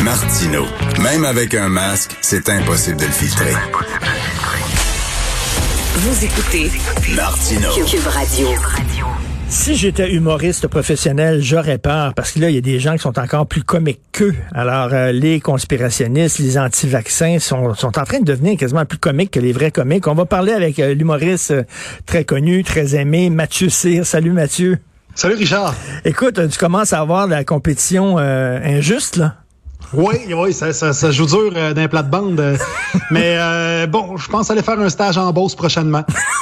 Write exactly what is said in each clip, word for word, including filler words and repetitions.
Martineau. Même avec un masque, c'est impossible de le filtrer. Vous écoutez Martineau. Cube Radio. Si j'étais humoriste professionnel, j'aurais peur, parce que là, il y a des gens qui sont encore plus comiques qu'eux. Alors, euh, les conspirationnistes, les anti-vaccins sont, sont en train de devenir quasiment plus comiques que les vrais comiques. On va parler avec euh, l'humoriste euh, très connu, très aimé, Mathieu Cyr. Salut, Mathieu. Salut, Richard. Écoute, tu commences à avoir la compétition euh, injuste, là? Oui, oui, ça, ça, ça joue dur euh, d'un plat de bande. Euh, mais euh, bon, je pense aller faire un stage en Beauce prochainement.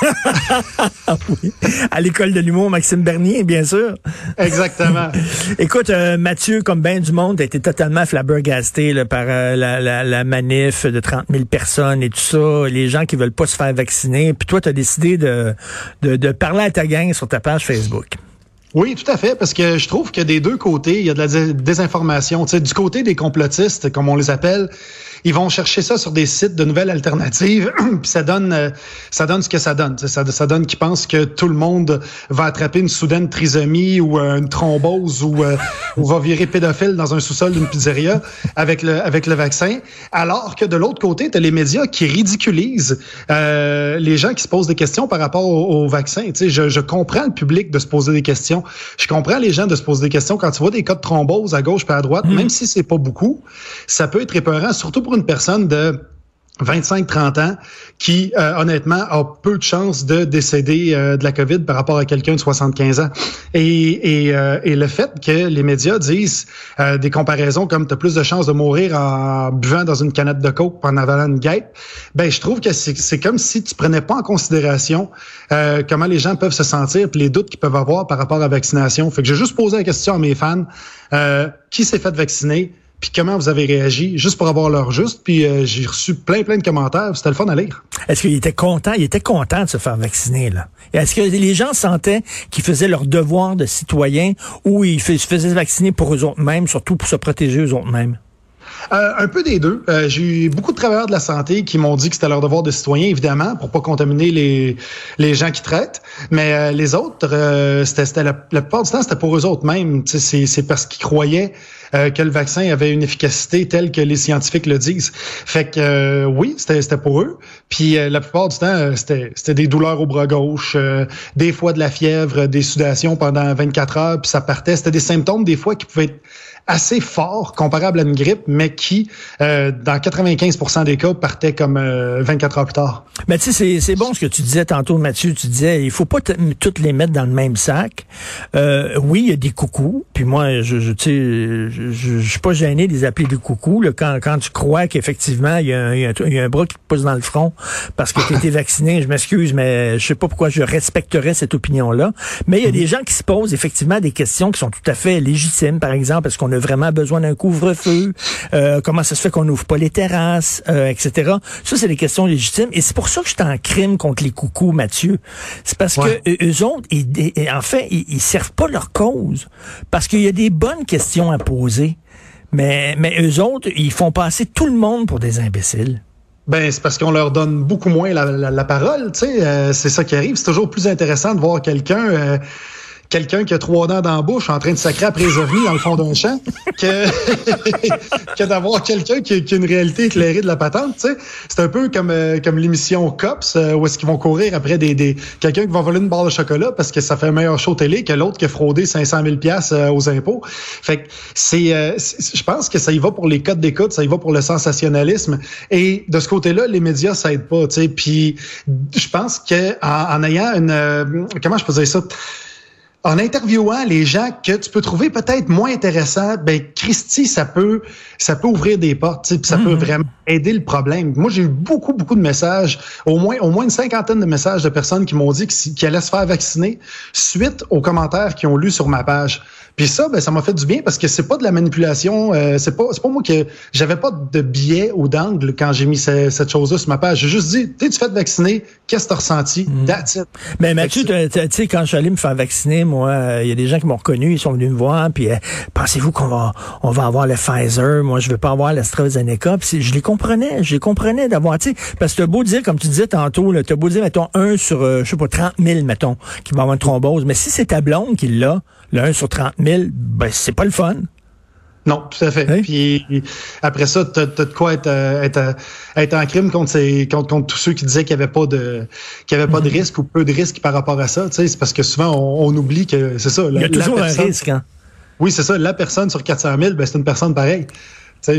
Oui. À l'école de l'humour Maxime Bernier, bien sûr. Exactement. Écoute, euh, Mathieu, comme bien du monde, a été totalement flabbergasté là, par euh, la, la, la manif de trente mille personnes et tout ça, les gens qui veulent pas se faire vacciner. Puis toi, tu as décidé de, de, de parler à ta gang sur ta page Facebook. Oui, tout à fait, parce que je trouve que des deux côtés, il y a de la dés- désinformation. Tu sais, du côté des complotistes, comme on les appelle, ils vont chercher ça sur des sites de nouvelles alternatives, puis ça donne, euh, ça donne ce que ça donne. Tu sais, ça, ça donne qu'ils pensent que tout le monde va attraper une soudaine trisomie ou euh, une thrombose ou, euh, ou va virer pédophile dans un sous-sol d'une pizzeria avec le avec le vaccin, alors que de l'autre côté, t'as les médias qui ridiculisent euh, les gens qui se posent des questions par rapport au, au vaccin. Tu sais, je, je comprends le public de se poser des questions. Je comprends les gens de se poser des questions quand tu vois des cas de thrombose à gauche puis à droite, mmh. même si c'est pas beaucoup, ça peut être épeurant, surtout pour une personne de vingt-cinq trente ans qui, euh, honnêtement, a peu de chances de décéder euh, de la COVID par rapport à quelqu'un de soixante-quinze ans. Et, et, euh, et le fait que les médias disent euh, des comparaisons comme t'as plus de chances de mourir en buvant dans une canette de coke ou en avalant une guêpe, ben je trouve que c'est, c'est comme si tu prenais pas en considération euh, comment les gens peuvent se sentir puis les doutes qu'ils peuvent avoir par rapport à la vaccination. Fait que j'ai juste posé la question à mes fans, euh, qui s'est fait vacciner? Puis comment vous avez réagi, juste pour avoir l'heure juste. Puis euh, j'ai reçu plein, plein de commentaires. C'était le fun à lire. Est-ce qu'il était content? Il était content de se faire vacciner, là. Est-ce que les gens sentaient qu'ils faisaient leur devoir de citoyen ou ils se faisaient vacciner pour eux autres mêmes, surtout pour se protéger eux autres mêmes? Euh, un peu des deux. Euh, j'ai eu beaucoup de travailleurs de la santé qui m'ont dit que c'était leur devoir de citoyen, évidemment, pour pas contaminer les les gens qui traitent. Mais euh, les autres, euh, c'était, c'était la, la plupart du temps, c'était pour eux autres mêmes. C'est, c'est parce qu'ils croyaient euh, que le vaccin avait une efficacité telle que les scientifiques le disent. Fait que euh, oui, c'était, c'était pour eux. Puis euh, la plupart du temps, euh, c'était, c'était des douleurs au bras gauche, euh, des fois de la fièvre, des sudations pendant vingt-quatre heures, puis ça partait. C'était des symptômes des fois qui pouvaient être assez fort, comparable à une grippe, mais qui, euh, dans quatre-vingt-quinze pour cent des cas, partait comme euh, vingt-quatre heures plus tard. Mais tu sais, c'est, c'est bon ce que tu disais tantôt, Mathieu. Tu disais, il faut pas t- toutes les mettre dans le même sac. Euh, oui, il y a des coucous. Puis moi, je, je tu sais, je, je, je suis pas gêné de les appeler des coucous. Là, quand, quand tu crois qu'effectivement, il y, a un, il, y a un, il y a un bras qui te pousse dans le front parce que tu as été vacciné, je m'excuse, mais je sais pas pourquoi je respecterais cette opinion-là. Mais il y a des gens qui se posent effectivement des questions qui sont tout à fait légitimes. Par exemple, est-ce qu'on a vraiment besoin d'un couvre-feu? Euh, comment ça se fait qu'on n'ouvre pas les terrasses, euh, et cetera. Ça, c'est des questions légitimes. Et c'est pour ça que je suis en crime contre les coucous, Mathieu. C'est parce ouais. que eux autres, ils, ils, en fait, ils, ils servent pas leur cause. Parce qu'il y a des bonnes questions à poser. Mais, mais eux autres, ils font passer tout le monde pour des imbéciles. Ben, c'est parce qu'on leur donne beaucoup moins la, la, la parole, tu sais. Euh, c'est ça qui arrive. C'est toujours plus intéressant de voir quelqu'un... Euh, quelqu'un qui a trois dents dans la bouche en train de sacrer après les ovnis dans le fond d'un champ que, que d'avoir quelqu'un qui, qui a une réalité éclairée de la patente, tu sais. C'est un peu comme, euh, comme l'émission Cops, euh, où est-ce qu'ils vont courir après des, des quelqu'un qui va voler une barre de chocolat parce que ça fait un meilleur show télé que l'autre qui a fraudé cinq cent mille dollars euh, aux impôts. Fait que c'est, euh, c'est, je pense que ça y va pour les codes d'écoute, ça y va pour le sensationnalisme. Et de ce côté-là, les médias, ça aide pas, tu sais. Puis je pense que en, en ayant une... Euh, comment je peux dire ça? En interviewant les gens que tu peux trouver peut-être moins intéressants, ben Christy, ça peut ça peut ouvrir des portes, puis ça mm-hmm. peut vraiment aider le problème. Moi, j'ai eu beaucoup, beaucoup de messages, au moins au moins une cinquantaine de messages de personnes qui m'ont dit qu'ils allaient se faire vacciner suite aux commentaires qu'ils ont lus sur ma page. Puis ça, ben ça m'a fait du bien parce que c'est pas de la manipulation, euh, c'est pas c'est pas moi que j'avais pas de biais ou d'angle quand j'ai mis ce, cette chose-là sur ma page. J'ai juste dit, tu sais, tu fais te vacciner, qu'est-ce que t'as ressenti? Mm. That's it. Mais Mathieu, tu sais, quand je suis allé me faire vacciner, moi, il euh, y a des gens qui m'ont reconnu, ils sont venus me voir, puis euh, pensez-vous qu'on va on va avoir le Pfizer? Moi, je veux pas avoir l'AstraZeneca. Puis je les comprenais, je les comprenais d'avoir, tu sais, parce que t'as beau dire, comme tu disais tantôt, là, t'as beau dire, mettons, un sur, euh, je sais pas, trente mille, mettons, qui va avoir une thrombose, mais si c'est ta blonde qui l'a, le un sur trente mille, ben c'est pas le fun. Non, tout à fait. Oui. Puis après ça, t'as, t'as de quoi être, être, être en crime contre, ces, contre, contre tous ceux qui disaient qu'il n'y avait pas de qu'il y avait pas mm-hmm. de risque ou peu de risque par rapport à ça. Tu sais, c'est parce que souvent on, on oublie que c'est ça. La, Il y a toujours la personne, un risque. Hein? Oui, c'est ça. La personne sur quatre cent mille, ben c'est une personne pareille. Fait,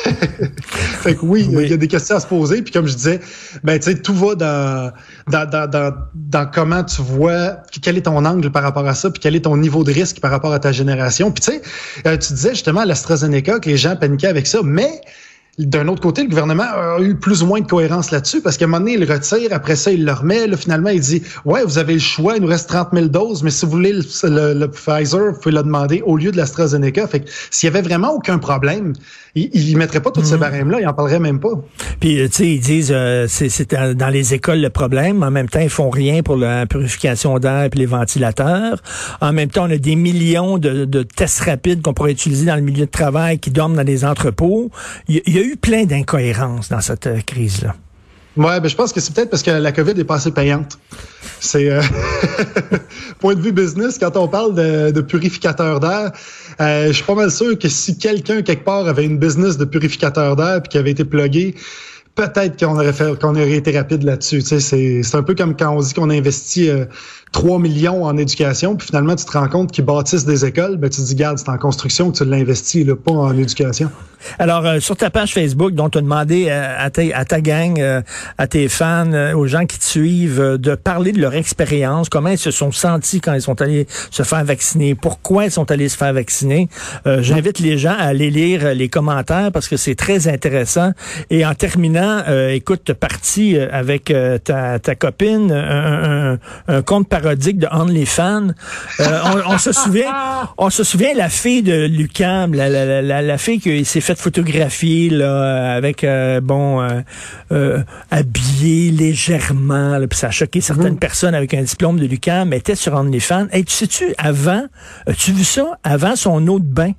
fait que oui, oui, il y a des questions à se poser. Puis comme je disais, ben tu sais, tout va dans, dans, dans, dans, dans comment tu vois, quel est ton angle par rapport à ça, puis quel est ton niveau de risque par rapport à ta génération. Puis tu sais, euh, tu disais justement à l'AstraZeneca que les gens paniquaient avec ça, mais d'un autre côté, le gouvernement a eu plus ou moins de cohérence là-dessus parce qu'à un moment donné, il le retire, après ça, il le remet. Là, finalement, il dit « Ouais, vous avez le choix, il nous reste trente mille doses, mais si vous voulez le, le, le Pfizer, vous pouvez le demander au lieu de l'AstraZeneca. » Fait que s'il y avait vraiment aucun problème, il ne mettrait pas tous mmh. ces barèmes-là, il en parlerait même pas. Puis, tu sais, ils disent euh, c'est, c'est dans les écoles le problème, mais en même temps, ils font rien pour la purification d'air et les ventilateurs. En même temps, on a des millions de, de tests rapides qu'on pourrait utiliser dans le milieu de travail qui dorment dans les entrepôts. Il y, il y a eu plein d'incohérences dans cette euh, crise-là. Ouais, ben je pense que c'est peut-être parce que la COVID est pas assez payante. C'est euh, point de vue business, quand on parle de, de purificateur d'air, euh, je suis pas mal sûr que si quelqu'un quelque part avait une business de purificateur d'air puis qui avait été plugué, peut-être qu'on aurait fait qu'on aurait été rapide là-dessus. Tu sais, c'est, c'est un peu comme quand on dit qu'on investit euh, trois millions en éducation, puis finalement tu te rends compte qu'ils bâtissent des écoles, ben tu te dis, garde, c'est en construction que tu l'investis, là, pas en éducation. Alors, euh, sur ta page Facebook, dont tu as demandé euh, à, ta, à ta gang, euh, à tes fans, euh, aux gens qui te suivent, euh, de parler de leur expérience, comment ils se sont sentis quand ils sont allés se faire vacciner, pourquoi ils sont allés se faire vacciner. Euh, j'invite les gens à aller lire les commentaires parce que c'est très intéressant. Et en terminant, euh, écoute, tu es parti avec euh, ta, ta copine, un, un, un compte parodique de OnlyFans. Euh, on, on se souvient, on se souvient la fille de l'U Q A M, la, la, la, la fille qui s'est fait photographier là avec euh, bon euh, euh, habillée légèrement, puis ça a choqué certaines mmh. personnes avec un diplôme de l'U Q A M, était sur OnlyFans. Hey, tu sais-tu, avant, as-tu vu ça? Avant son eau de bain.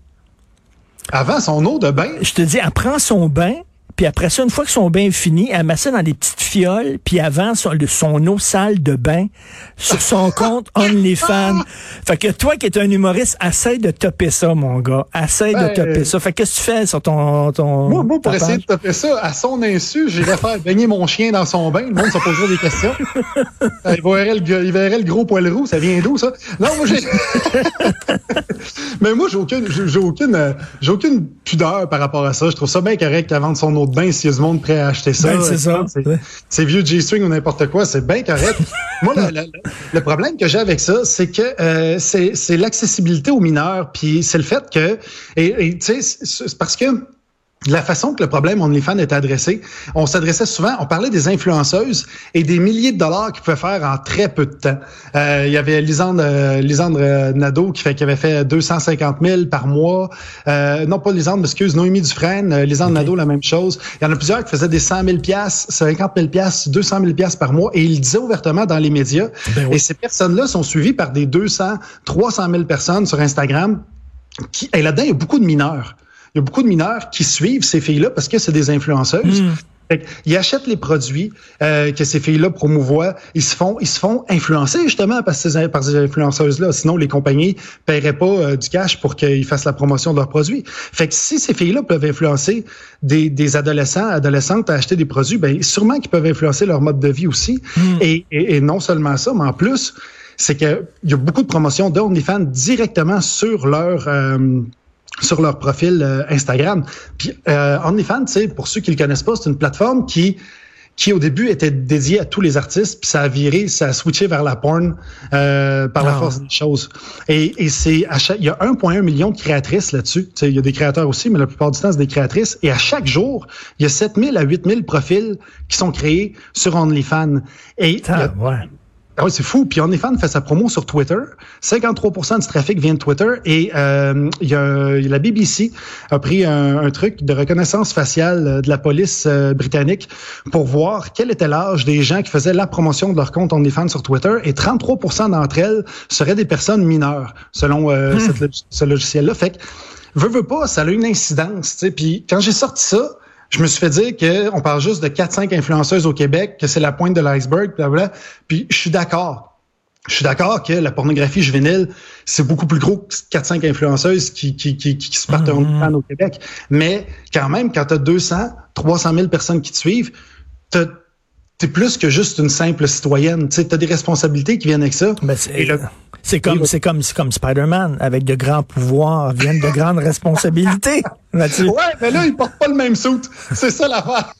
Avant son eau de bain? Je te dis, elle prend son bain, puis après ça, une fois que son bain est fini, elle met ça dans des petites fioles, puis avant son, son eau sale de bain sur son compte OnlyFans. Fait que toi qui es un humoriste, essaie de topper ça, mon gars. Essaie ben, de topper ça. Fait que qu'est-ce que tu fais sur ton... ton moi, moi, pour essayer page? de topper ça, à son insu, j'irais faire baigner mon chien dans son bain. Le monde se poserait des questions. il, verrait le, il verrait le gros poil roux. Ça vient d'où, ça? Non, moi, j'ai... Mais moi, j'ai aucune, j'ai, j'ai aucune, j'ai aucune pudeur par rapport à ça. Je trouve ça bien correct qu'elle vende son eau de bain s'il y a du monde prêt à acheter ça. Ben, c'est ça. C'est, c'est vieux G-string ou n'importe quoi, c'est bien correct. Moi, le, le, le problème que j'ai avec ça, c'est que euh, c'est, c'est l'accessibilité aux mineurs, puis c'est le fait que, et, et tu sais, c'est parce que la façon que le problème OnlyFans est adressé, on s'adressait souvent, on parlait des influenceuses et des milliers de dollars qu'ils pouvaient faire en très peu de temps. Euh, il y avait Lisandre, euh, Lisandre Nadeau qui, fait, qui avait fait deux cent cinquante mille par mois. Euh, non, pas Lisandre, excuse, Noémie Dufresne, euh, Lisandre okay. Nadeau, la même chose. Il y en a plusieurs qui faisaient des cent mille piastres, cinquante mille piastres, deux cent mille piastres par mois et ils le disaient ouvertement dans les médias. Ben oui. Et ces personnes-là sont suivies par des deux cents, trois cent mille personnes sur Instagram. Qui, et là-dedans, il y a beaucoup de mineurs. Il y a beaucoup de mineurs qui suivent ces filles-là parce que c'est des influenceuses. Mmh. Fait ils achètent les produits euh, que ces filles-là promouvoient. Ils se font, ils se font influencer justement par ces, par ces influenceuses-là. Sinon, les compagnies paieraient pas euh, du cash pour qu'ils fassent la promotion de leurs produits. Fait que si ces filles-là peuvent influencer des, des adolescents, adolescentes à acheter des produits, ben sûrement qu'ils peuvent influencer leur mode de vie aussi. Mmh. Et, et, et non seulement ça, mais en plus, c'est que il y a beaucoup de promotions d'OnlyFans directement sur leur euh, sur leur profil euh, Instagram. Puis euh, OnlyFans, tu sais, pour ceux qui le connaissent pas, c'est une plateforme qui qui au début était dédiée à tous les artistes, puis ça a viré, ça a switché vers la porn euh, par oh. la force des choses. Et, et c'est à chaque, il y a un virgule un million de créatrices là-dessus. Tu sais, il y a des créateurs aussi, mais la plupart du temps c'est des créatrices. Et à chaque jour, il y a sept mille à huit mille profils qui sont créés sur OnlyFans. Et ah, il y a, ouais. Ah oui, c'est fou. Puis OnlyFans fait sa promo sur Twitter. cinquante-trois pour cent du trafic vient de Twitter. Et euh, il y a, la B B C a pris un, un truc de reconnaissance faciale de la police euh, britannique pour voir quel était l'âge des gens qui faisaient la promotion de leur compte OnlyFans sur Twitter. Et trente-trois pour cent d'entre elles seraient des personnes mineures, selon euh, mmh. cette, ce logiciel-là. Fait que, veux, veux pas, ça a une incidence. T'sais. Puis quand j'ai sorti ça, je me suis fait dire qu'on parle juste de quatre cinq influenceuses au Québec, que c'est la pointe de l'iceberg, blablabla. Puis je suis d'accord. Je suis d'accord que la pornographie juvénile, c'est beaucoup plus gros que quatre cinq influenceuses qui, qui, qui, qui se partent Mm-hmm. un fan au Québec. Mais quand même, quand tu as deux cents, trois cent mille personnes qui te suivent, t'as t'es plus que juste une simple citoyenne. Tu as des responsabilités qui viennent avec ça. Ben, c'est, Et le- c'est comme, Oui, c'est comme, c'est comme Spider-Man. Avec de grands pouvoirs viennent de grandes responsabilités. Mathieu. Ouais, mais là, ils portent pas le même suit. C'est ça l'affaire.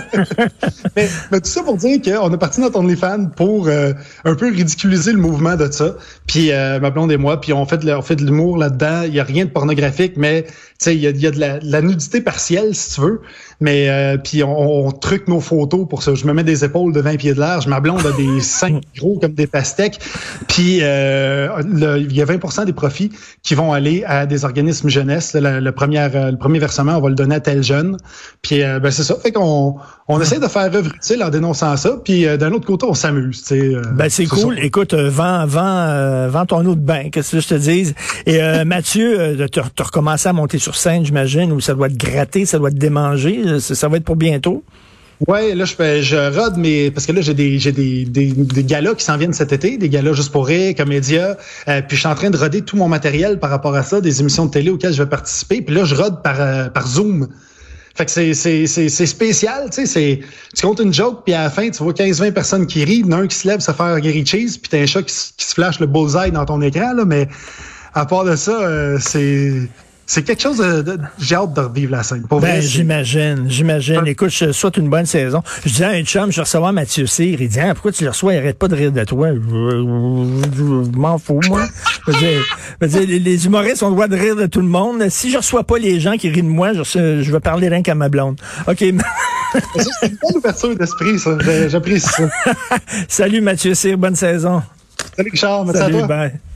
mais, mais tout ça pour dire qu'on est parti notre OnlyFans pour euh, un peu ridiculiser le mouvement de ça. Puis euh, ma blonde et moi, puis on fait de, on fait de l'humour là-dedans. Il y a rien de pornographique, mais tu sais, il y a, il y a de, la, de la nudité partielle, si tu veux. Mais euh, puis on, on truque nos photos pour ça. Je me mets des épaules de vingt pieds de large. Ma blonde a des seins gros comme des pastèques. Puis euh, le, il y a vingt pour cent des profits qui vont aller à des organismes jeunesse. Le, le, premier, le premier versement, on va le donner à tel jeune. Puis euh, ben c'est ça. Fait qu'on on essaie de faire œuvre utile en dénonçant ça. Puis euh, d'un autre côté, on s'amuse. Euh, ben c'est, c'est cool. Ça. Écoute, euh, vends, vends, euh, vends ton eau de bain. Qu'est-ce que je te dise? Et euh, Mathieu, euh, tu as recommencé à monter sur scène, j'imagine, où ça doit te gratter, ça doit te démanger. Ça, ça va être pour bientôt. Ouais, là je fais, je rode mais parce que là j'ai des j'ai des des, des galas qui s'en viennent cet été, des galas juste pour rire, Comédia, euh, puis je suis en train de roder tout mon matériel par rapport à ça, des émissions de télé auxquelles je vais participer, puis là je rode par euh, par Zoom. Fait que c'est c'est c'est c'est spécial, tu sais, c'est tu comptes une joke puis à la fin tu vois quinze vingt personnes qui rient, il y en a un qui se lève se faire Gary Cheese, puis t'as un chat qui, qui se flash le bullseye dans ton écran là, mais à part de ça, euh, c'est C'est quelque chose de, de j'ai hâte de revivre la scène. Pour ben, vrai, j'imagine, j'imagine. Ouais. Écoute, je te souhaite une bonne saison. Je disais à un chum, je recevais Mathieu Cyr, il dit, ah, pourquoi tu le reçois, il arrête pas de rire de toi. Je, je, je, je m'en fous, moi. Je veux dire, je veux dire, les, les humoristes ont le droit de rire de tout le monde. Si je reçois pas les gens qui rient de moi, je, je vais parler rien qu'à ma blonde. OK. Ça, c'est une belle ouverture d'esprit, ça. J'apprécie ça. Salut Mathieu Cyr, bonne saison. Salut Richard, merci Salut, à toi. bye.